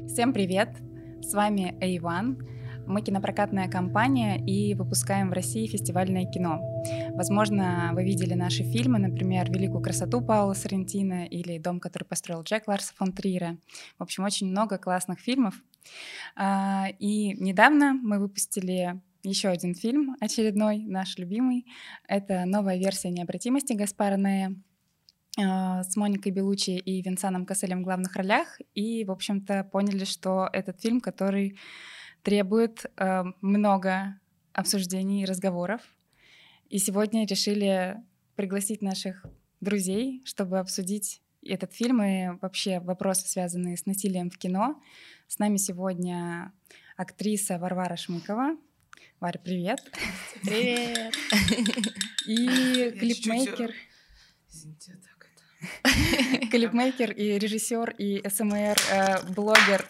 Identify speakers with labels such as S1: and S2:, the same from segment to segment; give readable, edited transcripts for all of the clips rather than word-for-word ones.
S1: Всем привет! С вами A1. Мы кинопрокатная компания и выпускаем в России фестивальное кино. Возможно, вы видели наши фильмы, например, «Великую красоту» Паула Соррентино или «Дом, который построил Джек» Ларса фон Триера. В общем, очень много классных фильмов. И недавно мы выпустили еще один фильм, очередной, наш любимый. Это новая версия «Необратимости» Гаспара Ноэ с Моникой Беллуччи и Венсаном Касселем в главных ролях. И, в общем-то, поняли, что этот фильм, который требует много обсуждений и разговоров. И сегодня решили пригласить наших друзей, чтобы обсудить этот фильм и вообще вопросы, связанные с насилием в кино. С нами сегодня актриса Варвара Шмыкова. Варя, привет.
S2: Привет.
S1: И клипмейкер.
S3: Извините, так это.
S1: Клипмейкер и режиссер, и СМР-блогер.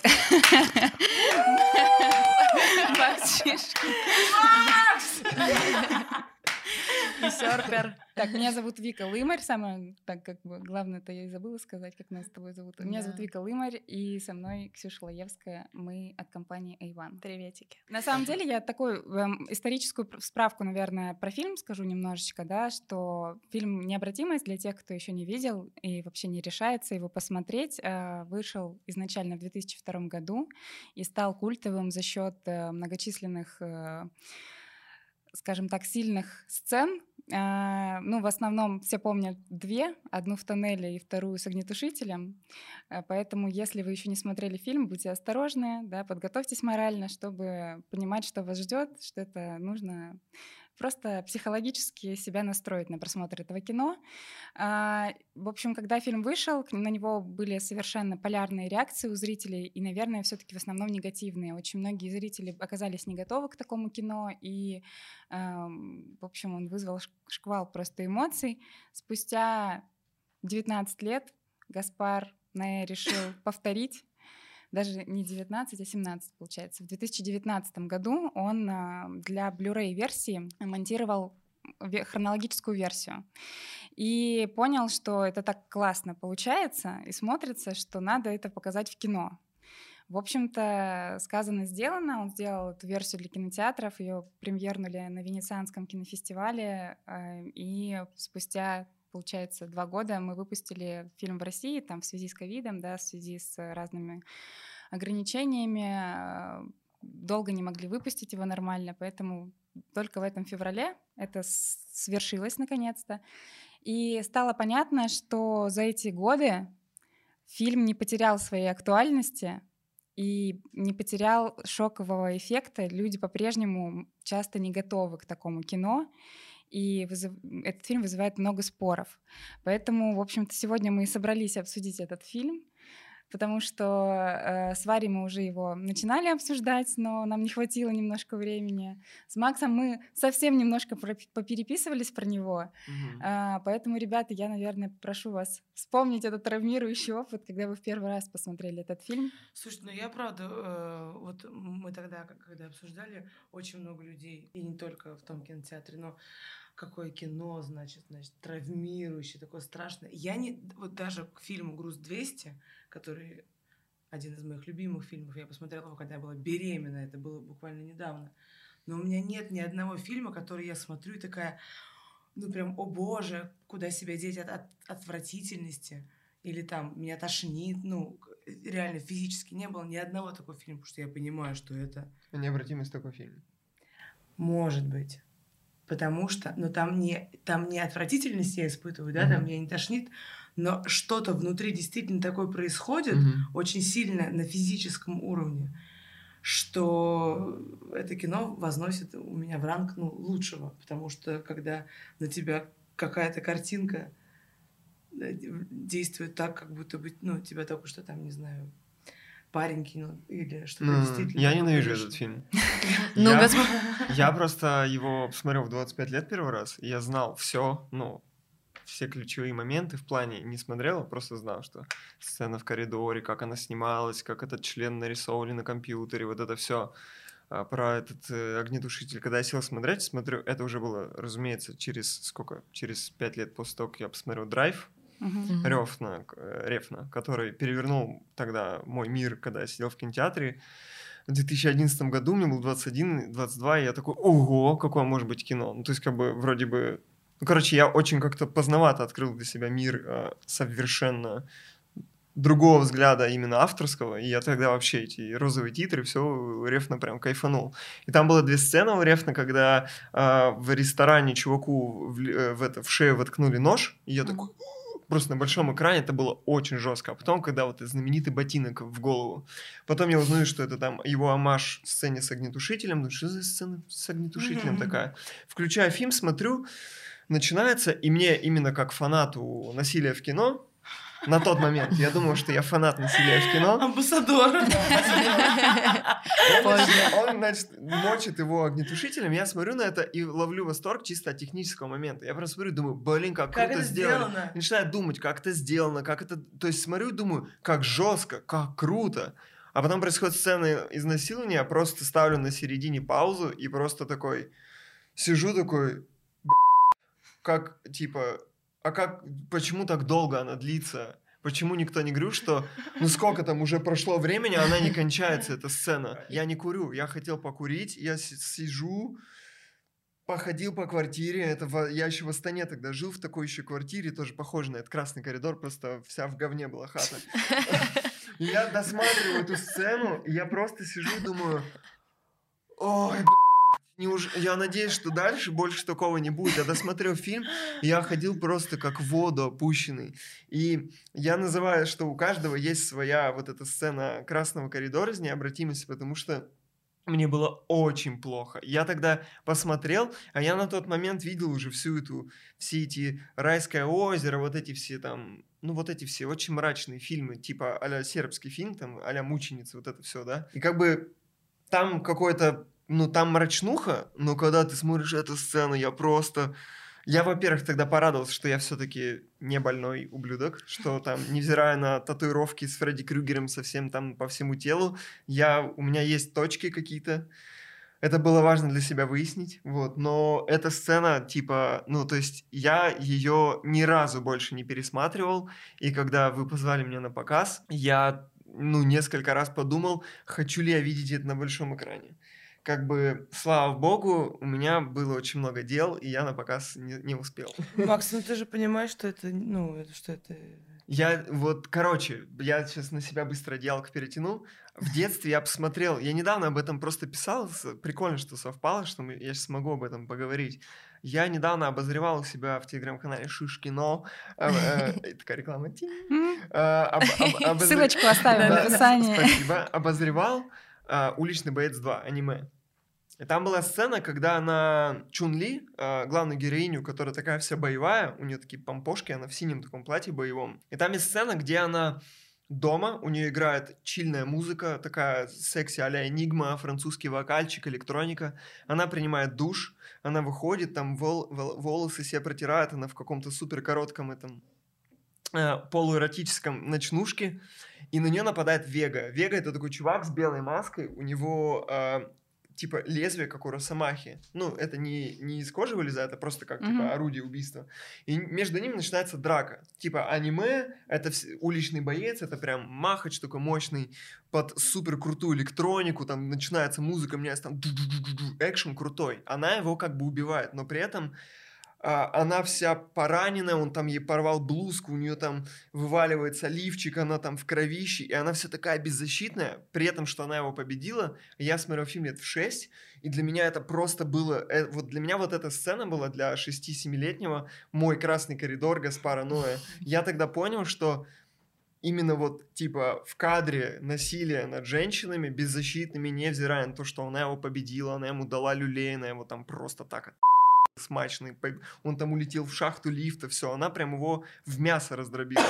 S1: И серпер. Так, меня зовут Вика Лымарь. Самое, так как бы главное-то я и забыла сказать, как нас с тобой зовут. Меня зовут Вика Лымарь, и со мной Ксюша Лаевская. Мы от компании A1.
S2: Приветики.
S1: На самом деле я такую историческую справку, наверное, про фильм скажу немножечко, да, что фильм «Необратимость», для тех, кто еще не видел и вообще не решается его посмотреть, вышел изначально в 2002 году и стал культовым за счет многочисленных, скажем так, сильных сцен. В основном все помнят две. Одну в тоннеле и вторую с огнетушителем. Поэтому, если вы еще не смотрели фильм, будьте осторожны, да, подготовьтесь морально, чтобы понимать, что вас ждет, что это нужно просто психологически себя настроить на просмотр этого кино. В общем, когда фильм вышел, на него были совершенно полярные реакции у зрителей, и, наверное, все-таки в основном негативные. Очень многие зрители оказались не готовы к такому кино, и, в общем, он вызвал шквал просто эмоций. Спустя 19 лет Гаспар Ноэ решил повторить, даже не 19, а 17, получается. В 2019 году он для Blu-ray версии монтировал хронологическую версию. И понял, что это так классно получается и смотрится, что надо это показать в кино. В общем-то, сказано, сделано. Он сделал эту версию для кинотеатров, ее премьернули на Венецианском кинофестивале, и спустя, получается, 2 года мы выпустили фильм в России, там, в связи с ковидом, да, в связи с разными ограничениями. Долго не могли выпустить его нормально, поэтому только в этом феврале это свершилось наконец-то. И стало понятно, что за эти годы фильм не потерял своей актуальности и не потерял шокового эффекта. Люди по-прежнему часто не готовы к такому кино, и этот фильм вызывает много споров. Поэтому, в общем-то, сегодня мы и собрались обсудить этот фильм, потому что с Варей мы уже его начинали обсуждать, но нам не хватило немножко времени. С Максом мы совсем немножко попереписывались про него. Поэтому, ребята, я, наверное, прошу вас вспомнить этот травмирующий опыт, когда вы в первый раз посмотрели этот фильм.
S3: Слушай, я правда, вот мы тогда, когда обсуждали, очень много людей, и не только в том кинотеатре, но какое кино, значит, травмирующее, такое страшное. Вот даже к фильму «Груз-200», который один из моих любимых фильмов, я посмотрела его, когда я была беременна, это было буквально недавно, но у меня нет ни одного фильма, который я смотрю и такая, прям, о боже, куда себя деть от отвратительности, или там меня тошнит, реально физически не было ни одного такого фильма, потому что я понимаю, что это...
S2: «Необратимость» такой фильм.
S3: Может быть. Потому что, там не отвратительность я испытываю, да, там меня не тошнит, но что-то внутри действительно такое происходит, очень сильно на физическом уровне, что это кино возносит у меня в ранг лучшего, потому что когда на тебя какая-то картинка действует так, как будто бы, тебя только что там, не знаю, парень кинул или что-то действительно.
S2: Я ненавижу этот фильм. Я просто его посмотрел в 25 лет первый раз, и я знал все ключевые моменты в плане, не смотрел, а просто знал, что сцена в коридоре, как она снималась, как этот член нарисовали на компьютере, вот это все про этот огнетушитель. Когда я сел смотрю, это уже было, разумеется, через 5 лет после того, как я посмотрел «Драйв», Рефна, который перевернул тогда мой мир, когда я сидел в кинотеатре. В 2011 году мне был 21, 22, и я такой, ого, какое может быть кино. Ну, то есть, как бы, вроде бы... Ну, короче, я очень как-то поздновато открыл для себя мир совершенно другого взгляда именно авторского, и я тогда вообще эти розовые титры, все, Рефна прям кайфанул. И там было 2 сцены у Рефна, когда в ресторане чуваку в шею воткнули нож, и я такой... Просто на большом экране это было очень жестко. А потом, когда вот этот знаменитый ботинок в голову, потом я узнаю, что это там его омаж в сцене с огнетушителем. Думаю, что за сцена с огнетушителем такая? Включаю фильм, смотрю, начинается, и мне именно как фанату насилия в кино, на тот момент я думал, что я фанат насилия в кино.
S3: Амбассадор.
S2: Он, значит, мочит его огнетушителем, я смотрю на это и ловлю восторг чисто от технического момента. Я просто смотрю, думаю, блин, как круто
S3: это
S2: сделано. Начинаю думать, как это сделано, как это... То есть смотрю и думаю, как жестко, как круто. А потом происходит сцена изнасилования, я просто ставлю на середине паузу и просто такой... Сижу такой... Как, типа... А как, почему так долго она длится? Почему никто не говорил, что ну сколько там уже прошло времени, она не кончается, эта сцена? Я не курю, я хотел покурить, я сижу, походил по квартире, я еще в Астане тогда жил, в такой еще квартире, тоже похоже на этот красный коридор, просто вся в говне была хата. И я досматриваю эту сцену, и я просто сижу и думаю, ой, я надеюсь, что дальше больше такого не будет. Я досмотрел фильм, и я ходил просто как в воду опущенный. И я называю, что у каждого есть своя вот эта сцена красного коридора с необратимостью, потому что мне было очень плохо. Я тогда посмотрел, а я на тот момент видел уже все эти «Райское озеро», вот эти все там, ну вот эти все очень мрачные фильмы, типа а-ля сербский фильм, там а-ля «Мученица», вот это все, да. И как бы там какой-то ну, там мрачнуха, но когда ты смотришь эту сцену, я, во-первых, тогда порадовался, что я все-таки не больной ублюдок, что там, невзирая на татуировки с Фредди Крюгером совсем там по всему телу, у меня есть точки какие-то. Это было важно для себя выяснить, вот. Но эта сцена, типа, ну, то есть я ее ни разу больше не пересматривал, и когда вы позвали меня на показ, я, несколько раз подумал, хочу ли я видеть это на большом экране. Как бы, слава богу, у меня было очень много дел, и я на показ не успел.
S3: Макс, ну ты же понимаешь, что это, что это...
S2: Я сейчас на себя быстро одеялко перетяну. В детстве я посмотрел, я недавно об этом просто писал, прикольно, что совпало, что я сейчас могу об этом поговорить. Я недавно обозревал у себя в телеграм-канале Шишкино, такая реклама.
S1: Ссылочку оставим в описании.
S2: Спасибо. Обозревал «Уличный боец 2», аниме. И там была сцена, когда она Чун-Ли, главную героиню, которая такая вся боевая, у нее такие помпошки, она в синем таком платье боевом. И там есть сцена, где она дома, у нее играет чильная музыка, такая секси а-ля Энигма, французский вокальчик, электроника. Она принимает душ, она выходит, там волосы себе протирает, она в каком-то супер коротком этом полуэротическом ночнушке, и на нее нападает Вега. Вега — это такой чувак с белой маской, у него типа лезвие, как у Росомахи. Ну, это не из кожи вылезает, это просто как типа орудие убийства. И между ними начинается драка. Типа аниме, это уличный боец, это прям махач такой мощный, под супер крутую электронику, там начинается музыка, меняется там экшен крутой. Она его как бы убивает, но при этом она вся пораненная, он там ей порвал блузку, у нее там вываливается лифчик, она там в кровище, и она вся такая беззащитная, при этом, что она его победила. Я смотрел фильм лет в 6, и для меня это просто было... Вот для меня вот эта сцена была для 6-7-летнего «Мой красный коридор», Гаспара Ноэ. Я тогда понял, что именно вот типа в кадре насилие над женщинами беззащитными, невзирая на то, что она его победила, она ему дала люлей, она его там просто так смачный, он там улетел в шахту лифта, все, она прям его в мясо раздробила.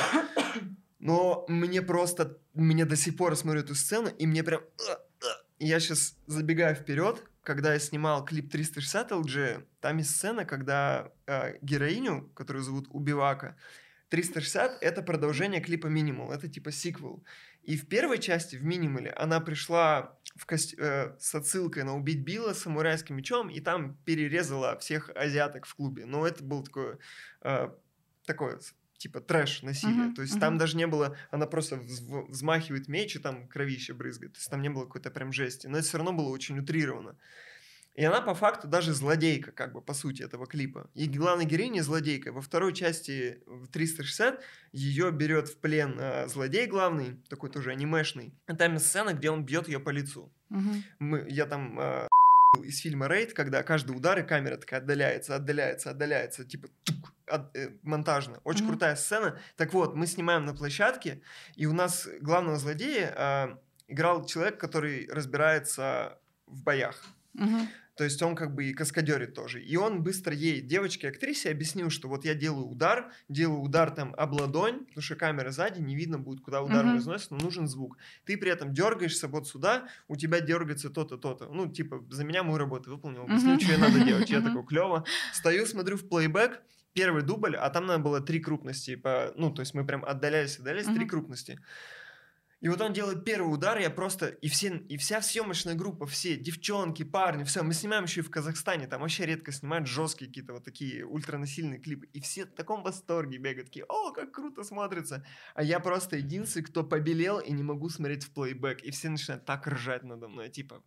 S2: Но мне до сих пор смотрю эту сцену, и мне прям... Я сейчас забегаю вперед, когда я снимал клип 360 LG, там есть сцена, когда героиню, которую зовут Убивака, 360 — это продолжение клипа Minimal, это типа сиквел. И в первой части, в Минимале, она пришла с отсылкой на «Убить Билла» с самурайским мечом, и там перерезала всех азиаток в клубе. Но это был такой типа трэш насилие. То есть там даже не было, она просто взмахивает меч, и там кровище брызгает. То есть там не было какой-то прям жести. Но это все равно было очень утрировано. И она по факту даже злодейка, как бы, по сути, этого клипа. И главная героиня злодейка. Во второй части, в 360, ее берет в плен злодей главный, такой тоже анимешный. И там есть сцена, где он бьет ее по лицу. Я там из фильма «Рейд», когда каждый удар, и камера такая отдаляется, типа монтажно. Очень крутая сцена. Так вот, мы снимаем на площадке, и у нас главного злодея играл человек, который разбирается в боях. То есть он как бы и каскадерит тоже. И он быстро ей, девочке-актрисе, объяснил, что вот я делаю удар там об ладонь, потому что камера сзади, не видно будет, куда удар разносится, но нужен звук. Ты при этом дергаешься вот сюда, у тебя дергается то-то, то-то. Ну, типа, за меня мою работу выполнил, объяснил, что ей надо делать. Я такой, клево. Стою, смотрю в плейбэк, первый дубль, а там надо было 3 крупности. Ну, то есть мы прям отдалялись, 3 крупности. И вот он делает первый удар, я просто... И вся съемочная группа, все девчонки, парни, все. Мы снимаем еще и в Казахстане, там вообще редко снимают жесткие какие-то вот такие ультранасильные клипы. И все в таком восторге бегают, такие, о, как круто смотрится. А я просто единственный, кто побелел и не могу смотреть в плейбэк. И все начинают так ржать надо мной, типа,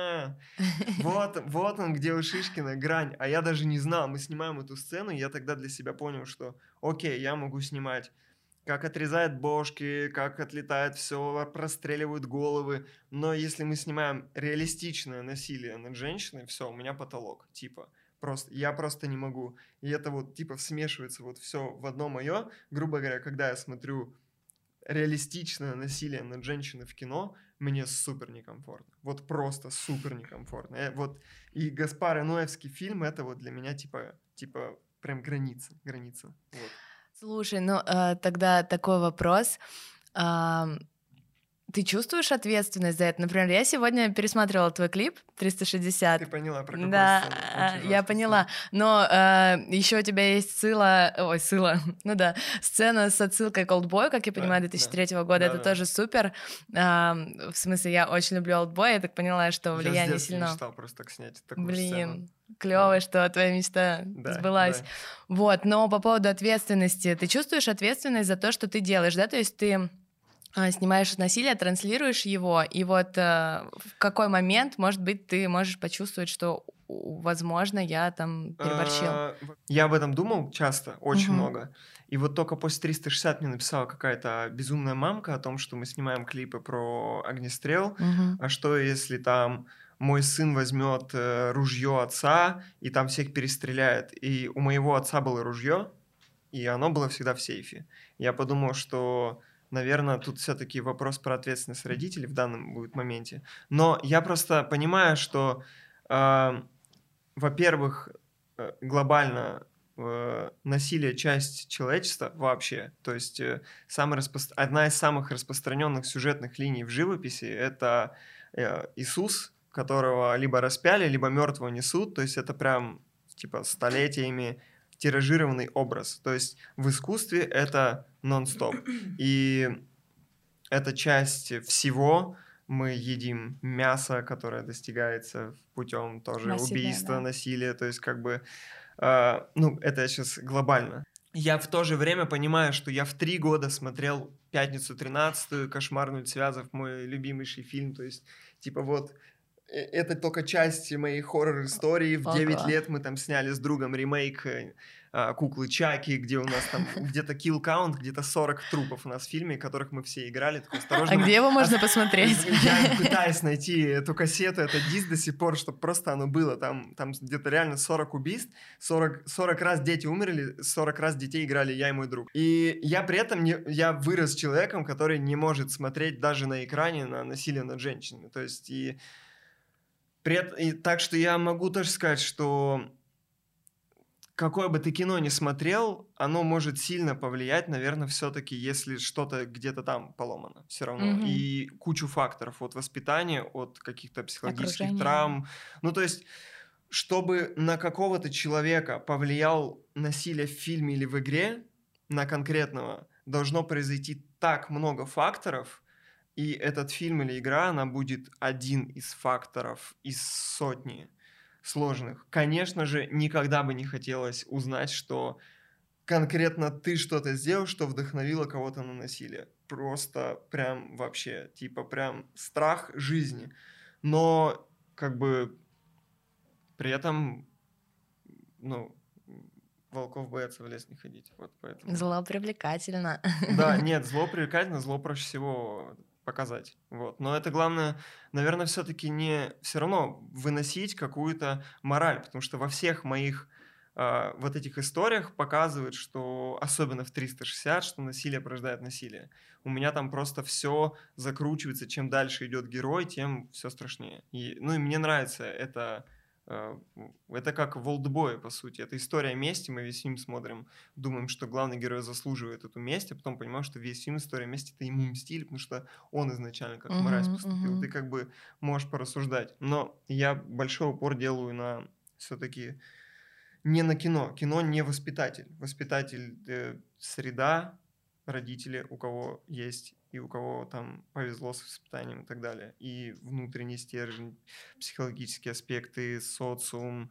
S2: вот он, где у Шишкина грань. А я даже не знал, мы снимаем эту сцену, и я тогда для себя понял, что, окей, я могу снимать как отрезают бошки, как отлетает все, простреливают головы. Но если мы снимаем реалистичное насилие над женщиной, все, у меня потолок. Типа, я просто не могу. И это вот, типа, смешивается вот все в одно мое. Грубо говоря, когда я смотрю реалистичное насилие над женщиной в кино, мне супер некомфортно. Вот просто супер некомфортно. И Гаспар Ноевский фильм, это вот для меня, типа прям граница. Вот.
S4: Слушай, тогда такой вопрос. Ты чувствуешь ответственность за это? Например, я сегодня пересматривала твой клип 360.
S2: Ты поняла, про какую
S4: да,
S2: сцену?
S4: Я поняла. Но еще у тебя есть сцена с отсылкой к «Олдбою», как я понимаю, 2003 года. Это тоже супер. В смысле, я очень люблю «Олдбой», я так поняла, что влияние сильно...
S2: Я мечтал просто так снять такую сцену.
S4: Клево, что твоя мечта сбылась.
S2: Да.
S4: Вот, но по поводу ответственности. Ты чувствуешь ответственность за то, что ты делаешь, да? То есть ты снимаешь насилие, транслируешь его, и вот в какой момент, может быть, ты можешь почувствовать, что, возможно, я там переборщил?
S2: Я об этом думал часто, очень много. И вот только после 360 мне написала какая-то безумная мамка о том, что мы снимаем клипы про огнестрел, а что если там мой сын возьмет ружье отца и там всех перестреляет. И у моего отца было ружье, и оно было всегда в сейфе. Я подумал, что, наверное, тут все-таки вопрос про ответственность родителей в данном будет моменте. Но я просто понимаю, что, во-первых, глобально насилие — часть человечества вообще. То есть одна из самых распространенных сюжетных линий в живописи — это Иисус, которого либо распяли, либо мертвого несут. То есть это прям типа столетиями тиражированный образ. То есть в искусстве это нон-стоп. И это часть всего. Мы едим мясо, которое достигается путем тоже убийства, насилия. То есть как бы, это сейчас глобально. Я в то же время понимаю, что я в 3 года смотрел «Пятницу 13-ю», «Кошмар Цвязов», мой любимейший фильм. То есть типа вот это только часть моей хоррор-истории. В 9 лет мы там сняли с другом ремейк «Куклы Чаки», где у нас там где-то kill count, где-то 40 трупов у нас в фильме, которых мы все играли. Такой, осторожно.
S4: А где его можно посмотреть?
S2: Я пытаюсь найти эту кассету, этот диск до сих пор, чтобы просто оно было. Там где-то реально 40 убийств, 40 раз дети умерли, 40 раз детей играли я и мой друг. И я при этом я вырос человеком, который не может смотреть даже на экране на насилие над женщинами. То есть так что я могу тоже сказать, что какое бы ты кино ни смотрел, оно может сильно повлиять, наверное, все-таки, если что-то где-то там поломано все равно. И кучу факторов от воспитания, от каких-то психологических травм. Ну, то есть, чтобы на какого-то человека повлиял насилие в фильме или в игре, на конкретного, должно произойти так много факторов, и этот фильм или игра, она будет один из факторов из сотни сложных. Конечно же, никогда бы не хотелось узнать, что конкретно ты что-то сделал, что вдохновило кого-то на насилие. Просто прям вообще, типа прям страх жизни. Но как бы при этом, ну, волков боятся в лес не ходить. Вот поэтому.
S4: Зло привлекательно.
S2: Да, нет, зло привлекательно, зло проще всего показать. Вот. Но это главное, наверное, все-таки не все равно выносить какую-то мораль, потому что во всех моих вот этих историях показывают, что особенно в 360, что насилие порождает насилие. У меня там просто все закручивается, чем дальше идет герой, тем все страшнее. И, ну и мне нравится это как в «Олдбое», по сути. Это история мести, мы весь фильм смотрим, думаем, что главный герой заслуживает эту месть, а потом понимаем, что весь фильм история мести — это ему мстили, потому что он изначально как мразь поступил. Ты как бы можешь порассуждать. Но я большой упор делаю на все-таки не на кино. Кино не воспитатель. Воспитатель среда, родители, у кого есть и у кого там повезло с воспитанием и так далее. И внутренний стержень, психологические аспекты, социум,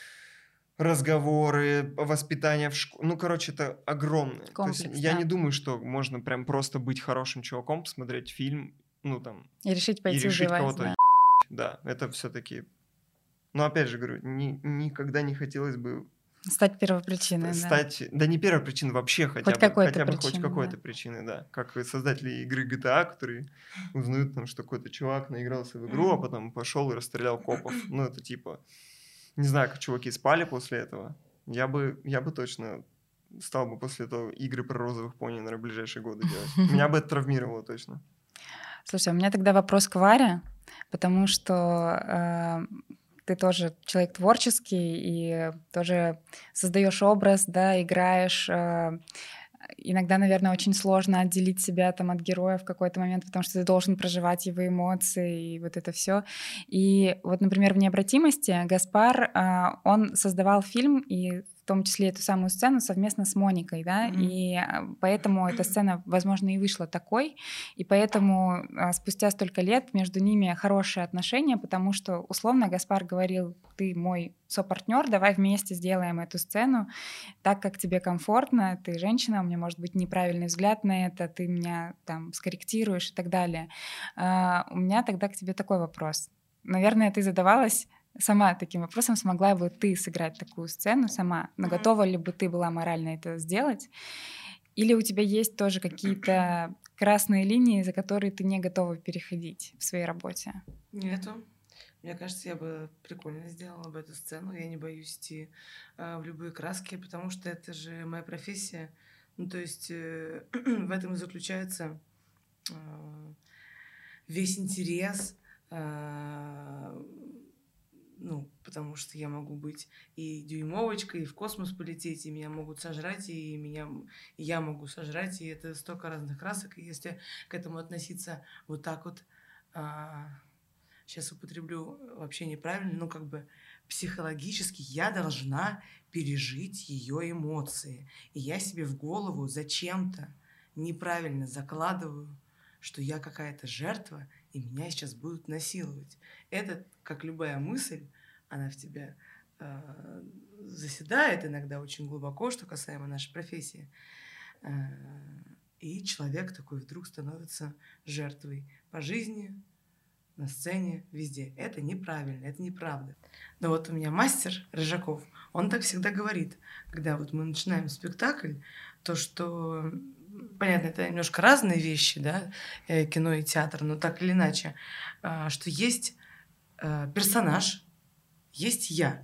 S2: разговоры, воспитание в школе. Ну, короче, это огромное.
S1: Комплекс,
S2: то есть я
S1: да.
S2: не думаю, что можно прям просто быть хорошим чуваком, посмотреть фильм, ну там,
S1: И решить пойти
S2: и решить
S1: убивать,
S2: кого-то
S1: да.
S2: Да, это все-таки... Но опять же говорю, никогда не хотелось бы
S1: Стать первопричиной, да.
S2: стать, да не первой причиной, вообще хотя
S1: Хоть
S2: бы,
S1: какой-то
S2: хотя бы хоть
S1: причиной,
S2: какой-то
S1: да.
S2: причины, да. Как и создатели игры GTA, которые узнают, там, что какой-то чувак наигрался в игру, а потом пошел и расстрелял копов. Ну, это типа... Не знаю, как чуваки спали после этого. Я бы точно стал бы после этого игры про розовых пони на ближайшие годы делать. Меня бы это травмировало точно.
S1: Слушай, у меня тогда вопрос к Варе, потому что ты тоже человек творческий и тоже создаешь образ, да, играешь. Иногда, наверное, очень сложно отделить себя там от героя в какой-то момент, потому что ты должен проживать его эмоции и вот это все. И вот, например, в «Необратимости» Гаспар, он создавал фильм, и в том числе эту самую сцену совместно с Моникой, да, и поэтому эта сцена, возможно, и вышла такой, и поэтому спустя столько лет между ними хорошие отношения, потому что, условно, Гаспар говорил: ты мой сопартнер, давай вместе сделаем эту сцену так, как тебе комфортно, ты женщина, у меня может быть неправильный взгляд на это, ты меня там скорректируешь и так далее. У меня тогда к тебе такой вопрос. Наверное, ты задавалась сама таким вопросом, смогла бы ты сыграть такую сцену сама, но готова ли бы ты была морально это сделать? Или у тебя есть тоже какие-то красные линии, за которые ты не готова переходить в своей работе?
S3: Нету. Мне кажется, я бы прикольно сделала бы эту сцену. Я не боюсь идти в любые краски, потому что это же моя профессия. Ну, то есть в этом и заключается весь интерес. Ну, потому что я могу быть и дюймовочкой, и в космос полететь, и меня могут сожрать, и я могу сожрать, и это столько разных красок. И если к этому относиться вот так вот, сейчас употреблю вообще неправильно, но как бы психологически я должна пережить ее эмоции. И я себе в голову зачем-то неправильно закладываю, что я какая-то жертва, и меня сейчас будут насиловать. Это, как любая мысль, она в тебя заседает иногда очень глубоко, что касаемо нашей профессии. И человек такой вдруг становится жертвой по жизни, на сцене, везде. Это неправильно, это неправда. Но вот у меня мастер Рыжаков, он так всегда говорит, когда вот мы начинаем спектакль, то, что... Понятно, это немножко разные вещи, да, кино и театр, но так или иначе, что есть персонаж, есть я.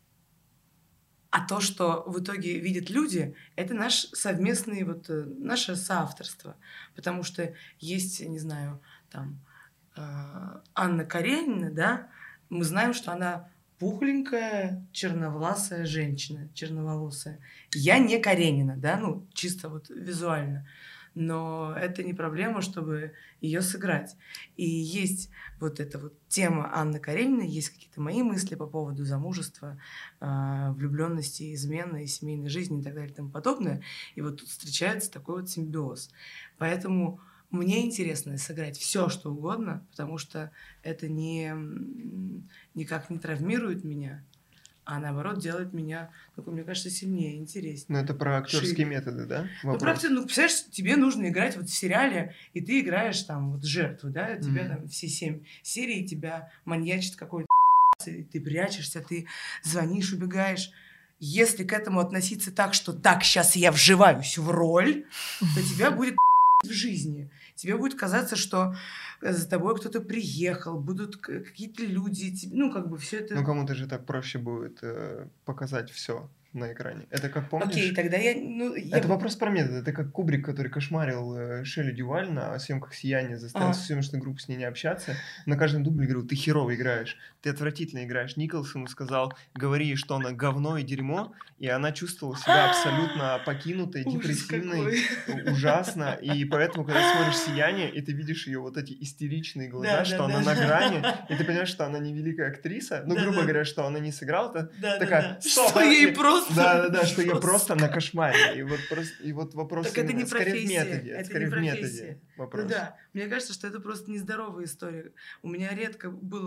S3: А то, что в итоге видят люди, это наш совместный, вот, наше соавторство. Потому что есть, не знаю, там, Анна Каренина, да, мы знаем, что она пухленькая, черновласая женщина, черноволосая. Я не Каренина, да, ну, чисто вот визуально. Но это не проблема, чтобы ее сыграть. И есть вот эта вот тема Анны Карениной, есть какие-то мои мысли по поводу замужества, влюбленности, измены, и семейной жизни и так далее и тому подобное. И вот тут встречается такой вот симбиоз. Поэтому мне интересно сыграть все, что угодно, потому что это никак не травмирует меня. а наоборот делает меня, мне кажется, сильнее, интереснее.
S2: Ну, это про актерские методы, да?
S3: Представляешь, тебе нужно играть вот в сериале, и ты играешь там вот жертву, да, тебя там все 7 серий, тебя маньячит какой-то ты прячешься, ты звонишь, убегаешь. Если к этому относиться так, что так, сейчас я вживаюсь в роль, то тебя будет в жизни. Тебе будет казаться, что за тобой кто-то приехал, будут какие-то люди, все это...
S2: Ну, кому-то же так проще будет показать все на экране. Это как, помнишь?
S3: Окей, тогда
S2: Это вопрос про метод. Это как Кубрик, который кошмарил Шелли Дюваль на съемках «Сияния», заставил съемочную группу с ней не общаться. На каждом дубле говорил: ты херово играешь, ты отвратительно играешь. Николсону сказал: говори, что она говно и дерьмо, и она чувствовала себя абсолютно покинутой, депрессивной, ужасно. И поэтому, когда смотришь «Сияние», и ты видишь ее вот эти истеричные глаза, что она на грани, и ты понимаешь, что она не великая актриса, грубо говоря, что она не сыграла, то такая...
S3: Что ей просто...
S2: Да, что ее просто на кошмаре. И вот вопрос
S3: так это не
S2: скорее в
S3: профессия,
S2: методе.
S3: это
S2: скорее
S3: не
S2: в
S3: профессия.
S2: методе вопрос.
S3: Ну да, мне кажется, что это просто нездоровая история. У меня редко было,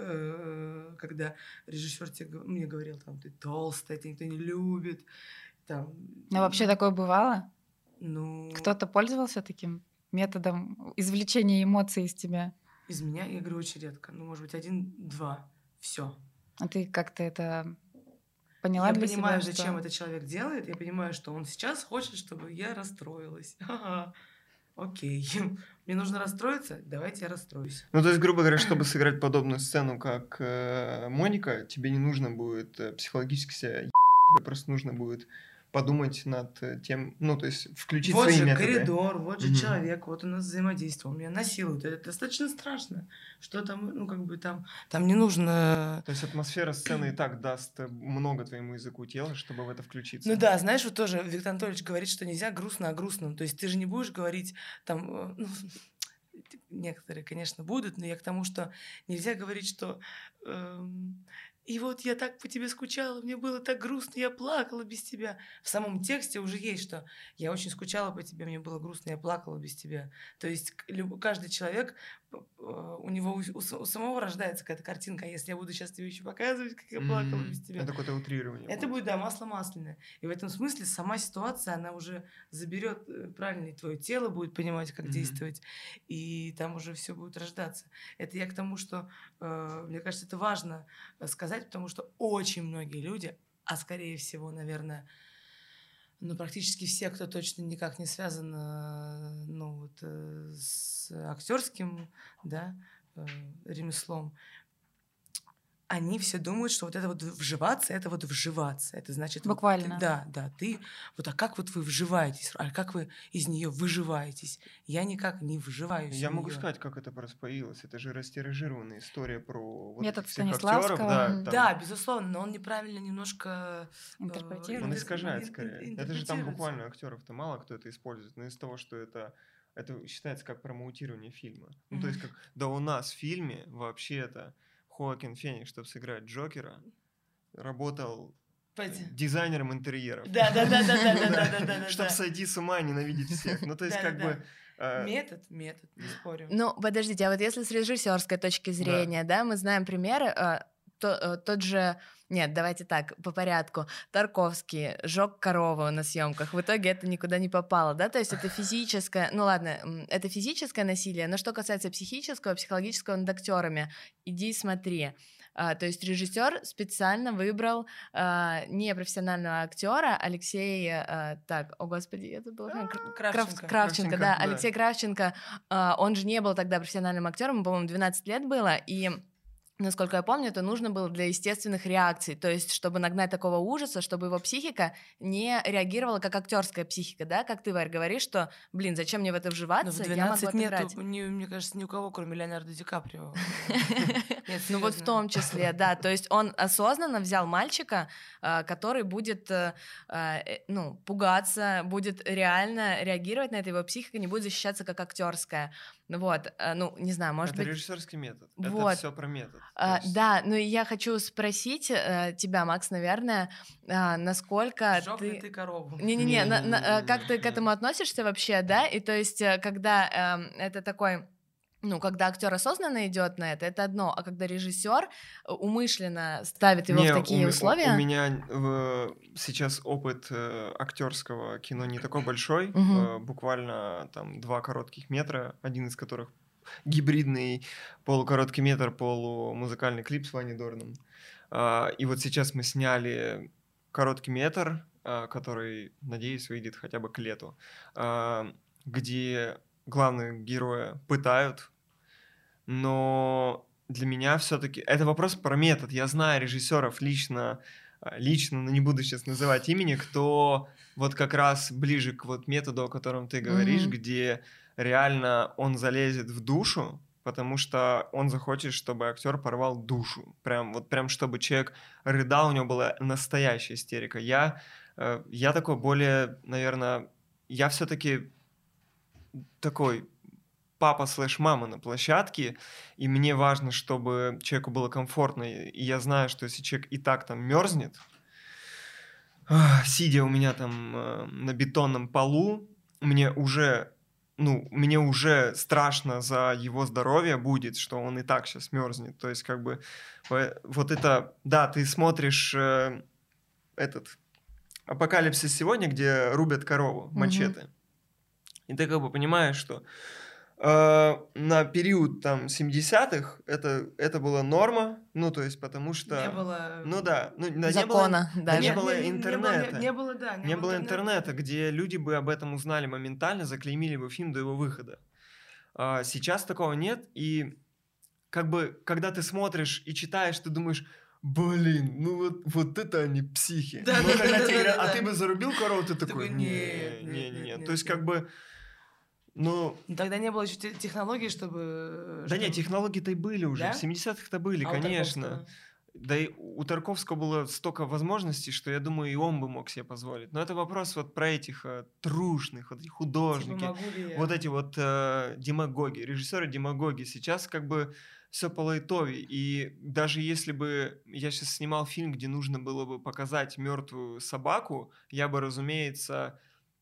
S3: когда режиссер мне говорил, там, ты толстая, тебя никто не любит. Там,
S1: Но вообще такое бывало?
S3: Ну...
S1: Кто-то пользовался таким методом извлечения эмоций из тебя?
S3: Из меня, я говорю, очень редко. Может быть, 1-2. Все.
S1: А ты как-то это... Поняла
S3: я
S1: для
S3: понимаю,
S1: себя,
S3: зачем
S1: что...
S3: этот человек делает. Я понимаю, что он сейчас хочет, чтобы я расстроилась. Окей. Мне нужно расстроиться? Давайте я расстроюсь.
S2: Ну, то есть, грубо говоря, чтобы сыграть подобную сцену, как Моника, тебе не нужно будет психологически себя тебе просто нужно будет подумать над тем, то есть включить
S3: вот
S2: свои
S3: же
S2: методы.
S3: Коридор, вот же человек, вот у нас взаимодействие, он меня насилует. Это достаточно страшно. Что там, там не нужно...
S2: То есть атмосфера сцены и так даст много твоему языку тела, чтобы в это включиться.
S3: Ну да, знаешь, вот тоже Виктор Анатольевич говорит, что нельзя грустно о грустном. То есть ты же не будешь говорить там... некоторые, конечно, будут, но я к тому, что нельзя говорить, что... И вот я так по тебе скучала, мне было так грустно, я плакала без тебя. В самом тексте уже есть, что я очень скучала по тебе, мне было грустно, я плакала без тебя. То есть каждый человек, у него у самого рождается какая-то картинка, а если я буду сейчас тебе еще показывать, как я плакала без тебя.
S2: Это какое-то утрирование.
S3: Это будет, да, масло масляное. И в этом смысле сама ситуация, она уже заберет правильно, и твое тело будет понимать, как действовать, и там уже все будет рождаться. Это я к тому, что, мне кажется, это важно сказать, потому что очень многие люди, а скорее всего, наверное, практически все, кто точно никак не связан с актерским, да, ремеслом, они все думают, что вот это вот вживаться, это значит...
S1: Буквально.
S3: Да, ты... Вот, а как вот вы вживаетесь? А как вы из нее выживаетесь? Я никак не вживаюсь.
S2: Я могу сказать, как это происходилось. Это же растиражированная история про вот
S1: метод
S2: всех
S1: Станиславского.
S2: актеров.
S3: Да, безусловно, но он неправильно немножко...
S1: интерпретирует.
S2: Он искажает скорее. Это же там буквально актеров-то мало кто это использует, но из-за того, что это считается как промоутирование фильма. То есть как, да у нас в фильме вообще-то Хоакин Феникс, чтобы сыграть Джокера, работал дизайнером интерьеров.
S3: Да.
S2: Чтобы сойти с ума и ненавидеть всех. То есть как бы...
S3: Метод, не спорю.
S4: Ну, подождите, а вот если с режиссерской точки зрения, да, мы знаем примеры, тот же... Нет, давайте так, по порядку. Тарковский жёг корову на съемках. В итоге это никуда не попало, да? То есть это физическое... Ну ладно, это физическое насилие, но что касается психического, психологического над актерами, иди смотри. То есть режиссер специально выбрал непрофессионального актера Алексей... о господи, я забыла. Кравченко, да. Алексей Кравченко. Он же не был тогда профессиональным актером, ему, по-моему, 12 лет было, и... Насколько я помню, это нужно было для естественных реакций, то есть чтобы нагнать такого ужаса, чтобы его психика не реагировала как актерская психика, да, как ты, Варь, говоришь, что, зачем мне в это вживаться,
S3: но в 12
S4: я могу отыграть.
S3: нету, мне кажется, ни у кого, кроме Леонардо Ди Каприо.
S4: Ну вот в том числе, да, то есть он осознанно взял мальчика, который будет, пугаться, будет реально реагировать на это, его психика не будет защищаться как актерская. Вот, не знаю, может быть...
S2: Это режиссерский метод,
S4: вот.
S2: Это все про метод.
S4: Да, но я хочу спросить тебя, Макс, наверное, насколько
S3: Жёг ли ты корову?
S4: Не-не-не, как ты к этому относишься вообще, да? И то есть, когда это такой ну, когда актер осознанно идет на это одно, а когда режиссер умышленно ставит его в такие условия.
S2: У меня сейчас опыт актерского кино не такой большой, буквально там 2 коротких метра, один из которых гибридный полукороткий метр, полумузыкальный клип с Ваней Дорном. И вот сейчас мы сняли короткий метр, который, надеюсь, выйдет хотя бы к лету, где главного героя пытают, но для меня все-таки это вопрос про метод. Я знаю режиссеров лично, но не буду сейчас называть имени, кто вот как раз ближе к вот методу, о котором ты говоришь, где реально он залезет в душу, потому что он захочет, чтобы актер порвал душу. Прям чтобы человек рыдал, у него была настоящая истерика. Я такой более, наверное, я все-таки такой папа/мама на площадке, и мне важно, чтобы человеку было комфортно, и я знаю, что если человек и так там мерзнет, сидя у меня там на бетонном полу, мне уже страшно за его здоровье будет, что он и так сейчас мерзнет. То есть как бы вот это, да, ты смотришь этот «Апокалипсис сегодня», где рубят корову, мачете, и ты как бы понимаешь, что на период там 70-х это была норма, ну то есть потому что
S3: не было
S4: закона,
S2: не было интернета,
S3: не было
S2: интернета, где люди бы об этом узнали моментально, заклеймили бы фильм до его выхода. Сейчас такого нет, и как бы когда ты смотришь и читаешь, ты думаешь: блин, ну вот это они психи.
S3: Да,
S2: но когда тебе говорят:
S3: да.
S2: а ты бы зарубил корову, ты такой:
S3: нет.
S2: То есть как бы, ну...
S3: Тогда не было еще технологий, чтобы...
S2: Да нет, технологии-то и были уже,
S3: Да?
S2: в 70-х-то были, конечно. Да и у Тарковского было столько возможностей, что я думаю, и он бы мог себе позволить. Но это вопрос вот про этих трушных, вот этих художники,
S3: Типа, могу ли я?
S2: вот эти вот демагоги, режиссеры-демагоги. Сейчас как бы все по лайтове. И даже если бы я сейчас снимал фильм, где нужно было бы показать мертвую собаку, я бы, разумеется,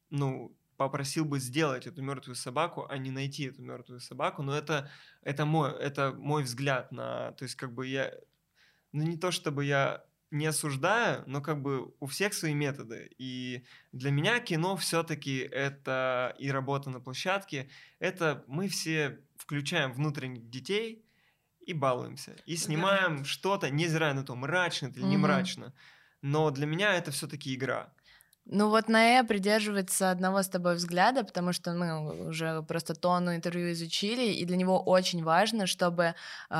S2: попросил бы сделать эту мертвую собаку, а не найти эту мертвую собаку. Но это мой взгляд на... То есть как бы я... не то чтобы я не осуждаю, но как бы у всех свои методы. И для меня кино все-таки это и работа на площадке. Это мы все включаем внутренних детей и балуемся. И снимаем что-то, невзирая на то, мрачно это или не мрачно. Но для меня это все-таки игра.
S4: Ну вот Наэ придерживается одного с тобой взгляда, потому что мы уже просто тонну интервью изучили, и для него очень важно, чтобы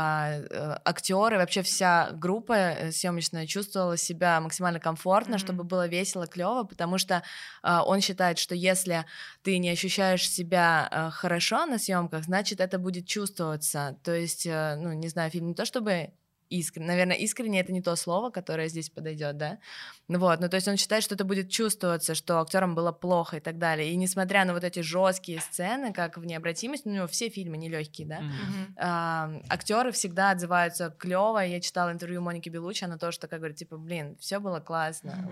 S4: актеры, вообще вся группа съемочная чувствовала себя максимально комфортно, чтобы было весело, клево, потому что он считает, что если ты не ощущаешь себя хорошо на съемках, значит это будет чувствоваться. То есть, не знаю, фильм не то чтобы... Наверное, искренне это не то слово, которое здесь подойдет, да? Вот, то есть он считает, что это будет чувствоваться, что актерам было плохо и так далее. И несмотря на вот эти жесткие сцены, как в «Необратимость», у него все фильмы нелегкие, да? Актеры всегда отзываются клево. Я читала интервью Моники Беллуччи, она тоже такая говорит, типа, блин, все было классно.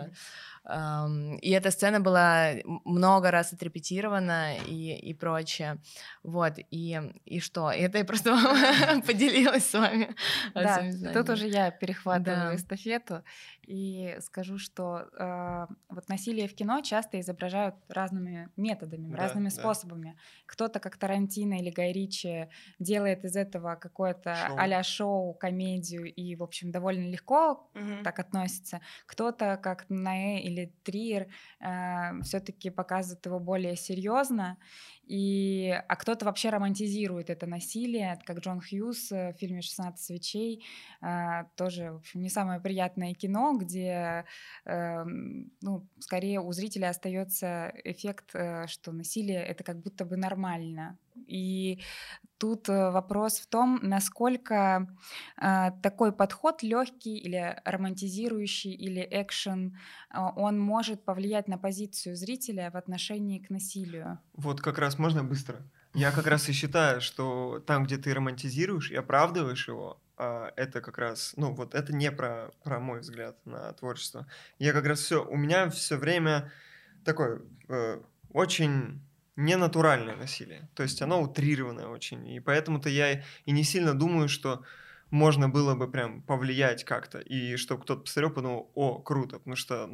S4: И эта сцена была много раз отрепетирована и прочее. Вот, и что? Это я просто поделилась с вами.
S1: Да, тут уже я перехватываю эстафету и скажу, что вот насилие в кино часто изображают разными методами, разными способами. Кто-то, как Тарантино или Гай Ричи, делает из этого какое-то а-ля шоу, комедию, и, в общем, довольно легко так относится. Кто-то, как Наэ или Триер, все-таки показывает его более серьезно, а кто-то вообще романтизирует это насилие, как Джон Хьюз в фильме «16 свечей», тоже, в общем, не самое приятное кино, где, скорее у зрителя остается эффект, что насилие — это как будто бы нормально. И тут вопрос в том, насколько такой подход легкий или романтизирующий, или экшен, он может повлиять на позицию зрителя в отношении к насилию.
S2: Вот как раз можно быстро? Я как раз и считаю, что там, где ты романтизируешь и оправдываешь его, это как раз, это не про мой взгляд на творчество. У меня все время такой очень не натуральное насилие. То есть оно утрированное очень. И поэтому-то я и не сильно думаю, что можно было бы прям повлиять как-то. И чтобы кто-то посмотрел, подумал, о, круто. Потому что,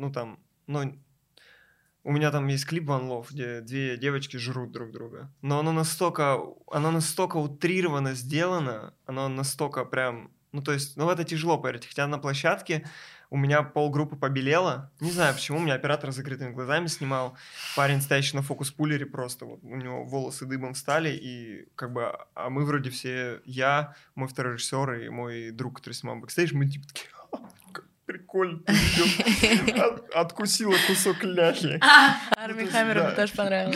S2: у меня там есть клип One Love, где две девочки жрут друг друга. Но оно настолько утрированно сделано, оно настолько прям... в это тяжело поверить. Хотя на площадке у меня полгруппы побелела. Не знаю почему, у меня оператор с закрытыми глазами снимал. Парень, стоящий на фокус-пулере, просто вот у него волосы дыбом встали, и а мы вроде все, я, мой второй режиссер и мой друг, который снимал бэкстейдж, мы типа такие, как прикольно, откусила кусок ляхи.
S4: Армии Хаммеру тоже понравилось.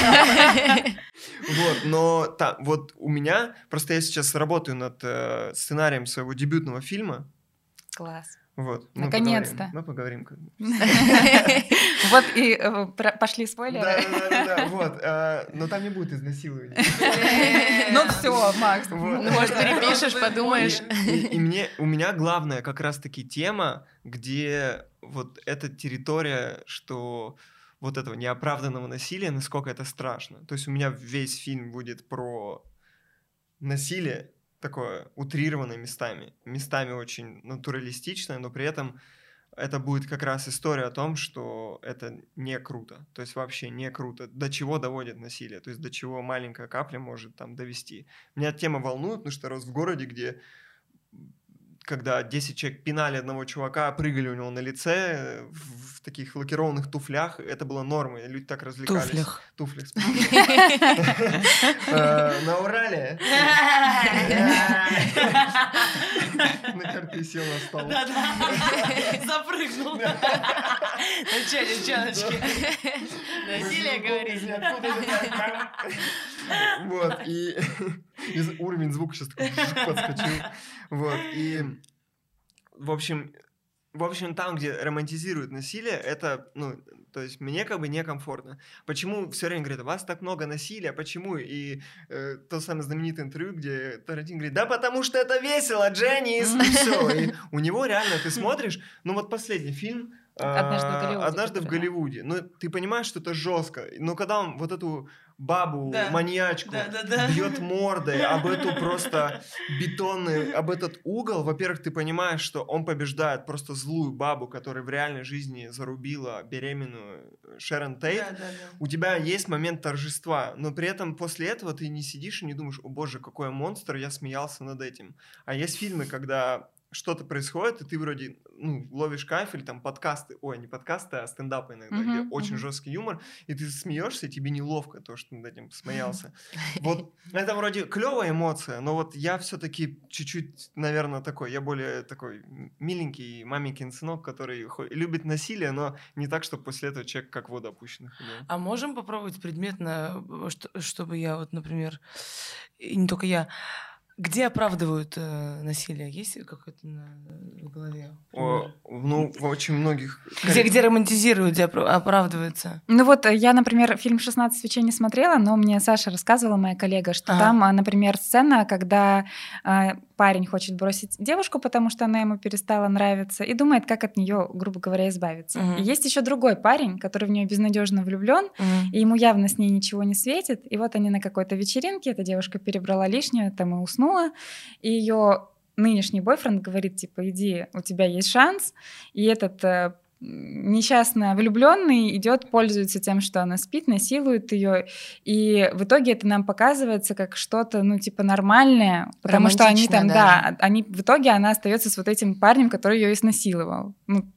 S2: Вот у меня, просто я сейчас работаю над сценарием своего дебютного фильма.
S1: Класс.
S2: Вот.
S1: Наконец-то.
S2: Мы поговорим.
S1: Вот и пошли спойлеры.
S2: Да, вот. Но там не будет изнасилования.
S1: Ну все, Макс.
S4: Может, перепишешь, подумаешь.
S2: И у меня главная как раз-таки тема, где вот эта территория, что вот этого неоправданного насилия, насколько это страшно. То есть у меня весь фильм будет про насилие, такое утрированное местами очень натуралистичное, но при этом это будет как раз история о том, что это не круто, то есть вообще не круто, до чего доводит насилие, то есть до чего маленькая капля может там довести. Меня тема волнует, потому что я рос в городе, где когда 10 человек пинали одного чувака, прыгали у него на лице в таких лакированных туфлях, это было нормой, люди так развлекались. Туфлях. На Урале. На карте сел на стол.
S3: Запрыгнул. Ну че, девчоночки?
S4: Насилие, говоришь.
S2: Вот, и уровень звука сейчас такой подскочил. Вот, и в общем, там, где романтизируют насилие, это, то есть мне как бы некомфортно. Почему все время говорят, у вас так много насилия, почему? И то самое знаменитое интервью, где Тарантино говорит, да потому что это весело, Дженнис, и все. И у него реально, ты смотришь, вот последний фильм, «Однажды в Голливуде». Ну, ты понимаешь, что это жестко. Но когда он вот эту бабу, маньячку, бьет мордой об эту просто бетонный, об этот угол, во-первых, ты понимаешь, что он побеждает просто злую бабу, которая в реальной жизни зарубила беременную Шерон Тейт. У тебя есть момент торжества, но при этом после этого ты не сидишь и не думаешь, о боже, какой монстр, я смеялся над этим. А есть фильмы, когда что-то происходит, и ты вроде, ловишь кайф, или там подкасты, не подкасты, а стендапы иногда, где очень жесткий юмор, и ты смеешься, и тебе неловко то, что над этим посмеялся. Вот это вроде клевая эмоция, но вот я все-таки чуть-чуть, наверное, такой, я более такой миленький маменькин сынок, который любит насилие, но не так, чтобы после этого человек как в воду опущенный ходил.
S3: А можем попробовать предметно, чтобы я вот, например, и не только я, где оправдывают насилие? Есть какое-то в голове?
S2: В очень многих...
S3: Где романтизируют, где оправдывается?
S1: Я, например, фильм «16 свечей» не смотрела, но мне Саша рассказывала, моя коллега, что там, например, сцена, когда парень хочет бросить девушку, потому что она ему перестала нравиться, и думает, как от нее, грубо говоря, избавиться. И есть еще другой парень, который в нее безнадежно влюблен, и ему явно с ней ничего не светит. И вот они на какой-то вечеринке, эта девушка перебрала лишнее, там и уснула, и ее нынешний бойфренд говорит, типа, иди, у тебя есть шанс, и этот несчастно влюбленный идет, пользуется тем, что она спит, насилует ее, и в итоге это нам показывается как что-то, нормальное, потому что они там, в итоге она остается с вот этим парнем, который ее изнасиловал.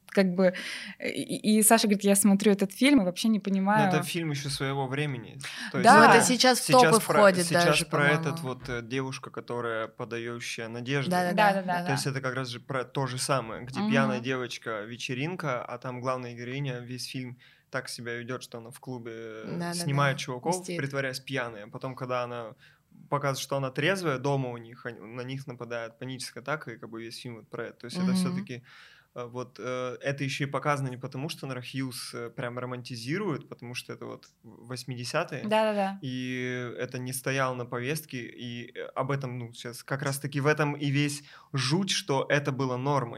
S1: И Саша говорит, я смотрю этот фильм и вообще не понимаю.
S2: Но это фильм еще своего времени.
S4: То есть это сейчас в топы входит даже,
S2: сейчас про этот девушка, которая подающая надежду.
S4: Да.
S2: То есть это как раз же про то же самое, где пьяная девочка, вечеринка, а там главная героиня весь фильм так себя ведет, что она в клубе снимает чуваков, притворяясь пьяной. А потом, когда она показывает, что она трезвая, дома у них, на них нападает паническая атака, и как бы весь фильм вот про это. То есть это все-таки... это еще и показано не потому, что Нора Хьюз прям романтизирует, потому что это 80-е.
S1: Да.
S2: И это не стояло на повестке, и об этом, сейчас как раз-таки в этом и весь жуть, что это было нормой.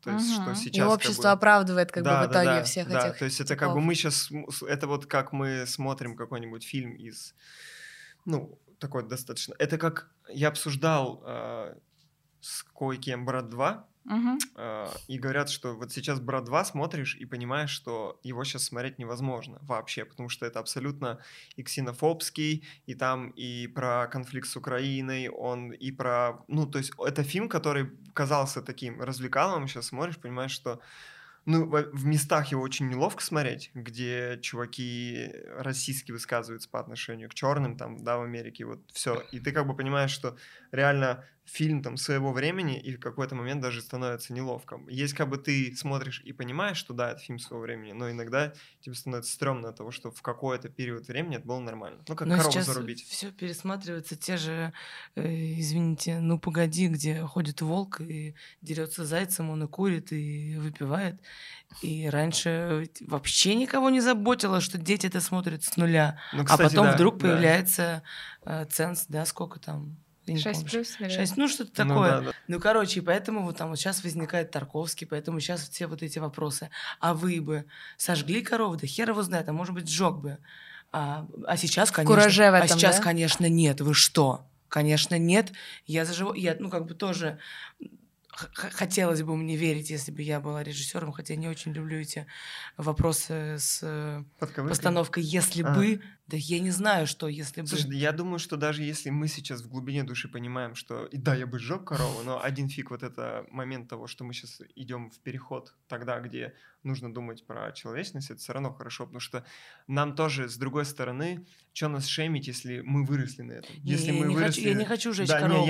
S2: То есть, что сейчас...
S4: И общество оправдывает как бы в итоге всех
S2: да.
S4: этих
S2: То есть это
S4: типов.
S2: как бы мы сейчас... Это вот как мы смотрим какой-нибудь фильм из... Ну, такой достаточно... Это как я обсуждал с кое-кем «Брат 2», и говорят, что вот сейчас «Брат 2» смотришь и понимаешь, что его сейчас смотреть невозможно вообще, потому что это абсолютно и ксенофобский, и там и про конфликт с Украиной, он и про... Ну, то есть это фильм, который казался таким развлекаловым, сейчас смотришь, понимаешь, что ну, в местах его очень неловко смотреть, где чуваки российски высказываются по отношению к черным, там, да, в Америке, вот все. И ты как бы понимаешь, что реально фильм там своего времени, и в какой-то момент даже становится неловко. Есть как бы ты смотришь и понимаешь, что да, это фильм своего времени, но иногда тебе становится стрёмно от того, что в какой-то период времени это было нормально. Ну, как корову зарубить.
S3: Все пересматривается, те же, извините, «Ну, погоди», где ходит волк и дерется зайцем, он и курит, и выпивает. И раньше вообще никого не заботило, что дети это смотрят с нуля. Ну, кстати, а потом вдруг появляется ценз, да, сколько там?
S1: 6 плюс,
S3: 6, ну что-то такое. Ну, короче, поэтому вот там вот сейчас возникает Тарковский, поэтому сейчас все вот эти вопросы. А вы бы сожгли корову? Да хер его знает, а может быть, сжег бы. А сейчас, конечно...
S4: Кураже в этом,
S3: а сейчас,
S4: да?
S3: конечно, нет. Вы что? Конечно, нет. Я заживу... Я, ну, как бы тоже... Хотелось бы мне верить, если бы я была режиссером, хотя я не очень люблю эти вопросы с постановкой «если бы». Да я не знаю, что «если бы».
S2: Слушай, я думаю, что даже если мы сейчас в глубине души понимаем, что и да, я бы сжег корову, но один фиг вот это момент того, что мы сейчас идем в переход тогда, где нужно думать про человечность, это все равно хорошо, потому что нам тоже, с другой стороны, что нас шеймить, если мы выросли на этом? Если мы выросли...
S3: Я не хочу жечь корову.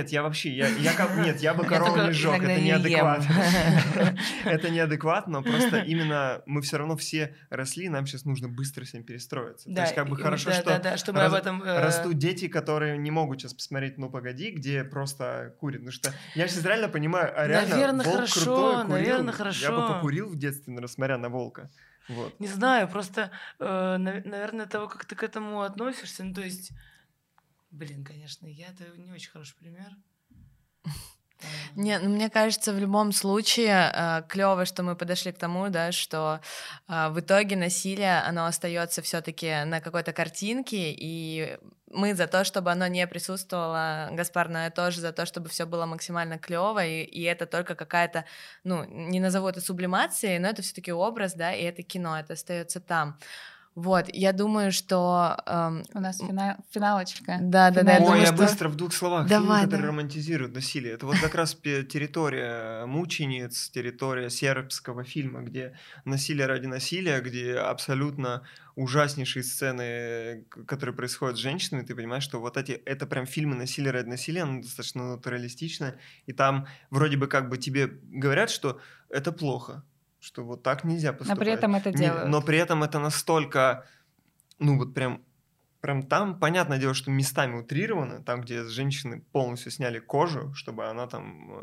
S2: Я бы корову не сжег, это неадекватно. Это неадекватно, но просто именно мы все равно все росли, нам сейчас нужно быстро с ним перестроиться. То есть как бы хорошо, что
S3: мы об этом...
S2: растут дети, которые не могут сейчас посмотреть «Ну, погоди», где просто курят. Потому что я сейчас реально понимаю, а реально волк крутой, курил.
S3: Наверное, хорошо.
S2: Я бы покурил в детстве, смотря на волка. Вот.
S3: Не знаю, просто, наверное, того, как ты к этому относишься, ну, то есть, блин, конечно, это не очень хороший пример.
S4: Не, ну, мне кажется, в любом случае клево, что мы подошли к тому, да, что в итоге насилие, оно остается все-таки на какой-то картинке, и мы за то, чтобы оно не присутствовало, Гаспар, но я тоже за то, чтобы все было максимально клево, и это только какая-то, ну, не назову это сублимацией, но это все-таки образ, да, и это кино, это остается там. Вот, я думаю, что...
S1: У нас финалочка.
S4: Да.
S2: Я быстро в 2 словах. Фильмы, которые романтизируют насилие. Это вот как раз территория мучениц, территория сербского фильма, где насилие ради насилия, где абсолютно ужаснейшие сцены, которые происходят с женщинами, ты понимаешь, что вот это прям фильмы «Насилие ради насилия», оно достаточно натуралистично, и там вроде бы как бы тебе говорят, что это плохо, что вот так нельзя поступать.
S1: Но при этом это делают.
S2: Но при этом это настолько, ну вот прям там, понятное дело, что местами утрировано, там, где женщины полностью сняли кожу, чтобы она там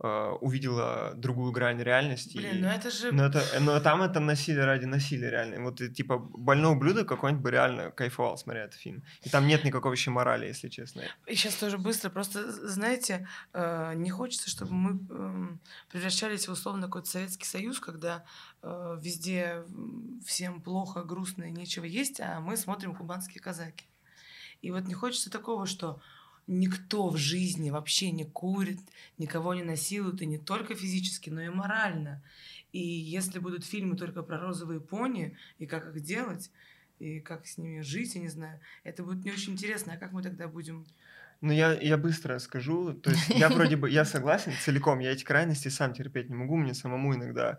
S2: увидела другую грань реальности.
S3: Блин, ну это же...
S2: Но там это насилие ради насилия реально. Вот типа «Больной ублюдок» какой-нибудь бы реально кайфовал, смотря этот фильм. И там нет никакой вообще морали, если честно.
S3: И сейчас тоже быстро. Просто, знаете, не хочется, чтобы мы превращались в условно какой-то Советский Союз, когда везде всем плохо, грустно и нечего есть, а мы смотрим «Кубанские казаки». И вот не хочется такого, что никто в жизни вообще не курит, никого не насилует, и не только физически, но и морально. И если будут фильмы только про розовые пони, и как их делать, и как с ними жить, я не знаю, это будет не очень интересно. А как мы тогда будем...
S2: Ну, я быстро скажу. То есть я вроде бы, я согласен целиком, я эти крайности сам терпеть не могу, мне самому иногда...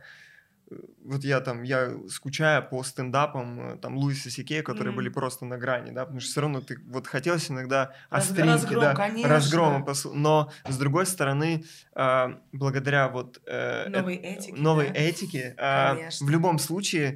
S2: Вот я скучаю по стендапам там Луиса Сикея, которые были просто на грани, да, потому что все равно ты вот хотелось иногда остринки, разгрома, но с другой стороны, благодаря вот новой этике, в любом случае,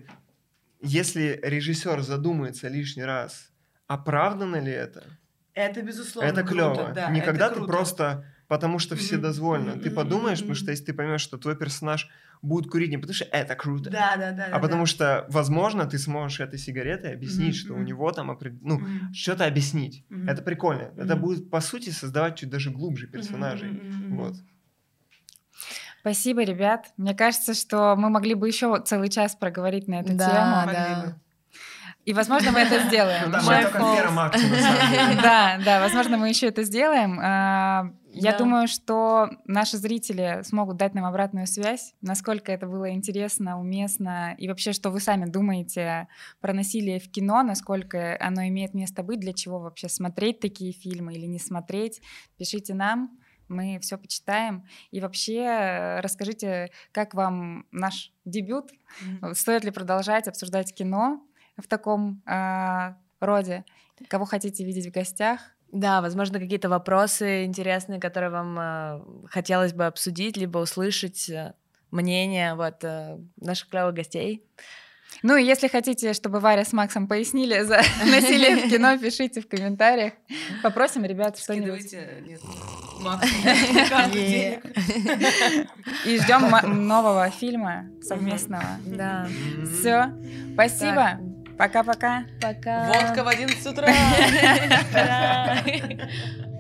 S2: если режиссер задумается лишний раз, оправдано ли это?
S3: Это безусловно.
S2: Это клево.
S3: Да,
S2: никогда
S3: это
S2: ты просто потому что все дозволено. Ты подумаешь, потому что если ты поймешь, что твой персонаж будет курить не потому что это круто, а потому что, возможно, ты сможешь этой сигаретой объяснить, что у него там что-то объяснить. Это прикольно. Это будет, по сути, создавать чуть даже глубже персонажей. Вот.
S1: Спасибо, ребят. Мне кажется, что мы могли бы еще целый час проговорить на эту тему.
S4: Да.
S1: И, возможно, мы это сделаем.
S2: Мы только в первом акте, на самом деле.
S1: Да, возможно, мы еще это сделаем. Я думаю, что наши зрители смогут дать нам обратную связь, насколько это было интересно, уместно, и вообще, что вы сами думаете про насилие в кино, насколько оно имеет место быть, для чего вообще смотреть такие фильмы или не смотреть. Пишите нам, мы все почитаем. И вообще расскажите, как вам наш дебют, стоит ли продолжать обсуждать кино в таком роде, кого хотите видеть в гостях.
S4: Да, возможно, какие-то вопросы интересные, которые вам хотелось бы обсудить, либо услышать мнение наших клевых гостей.
S1: Ну и если хотите, чтобы Варя с Максом пояснили за насилие в кино, пишите в комментариях. Попросим ребят что-нибудь.
S3: Скидывайте карту денег.
S1: И ждем нового фильма совместного.
S4: Да.
S1: Все. Спасибо. Пока-пока.
S4: Пока.
S3: Водка в 11 утра.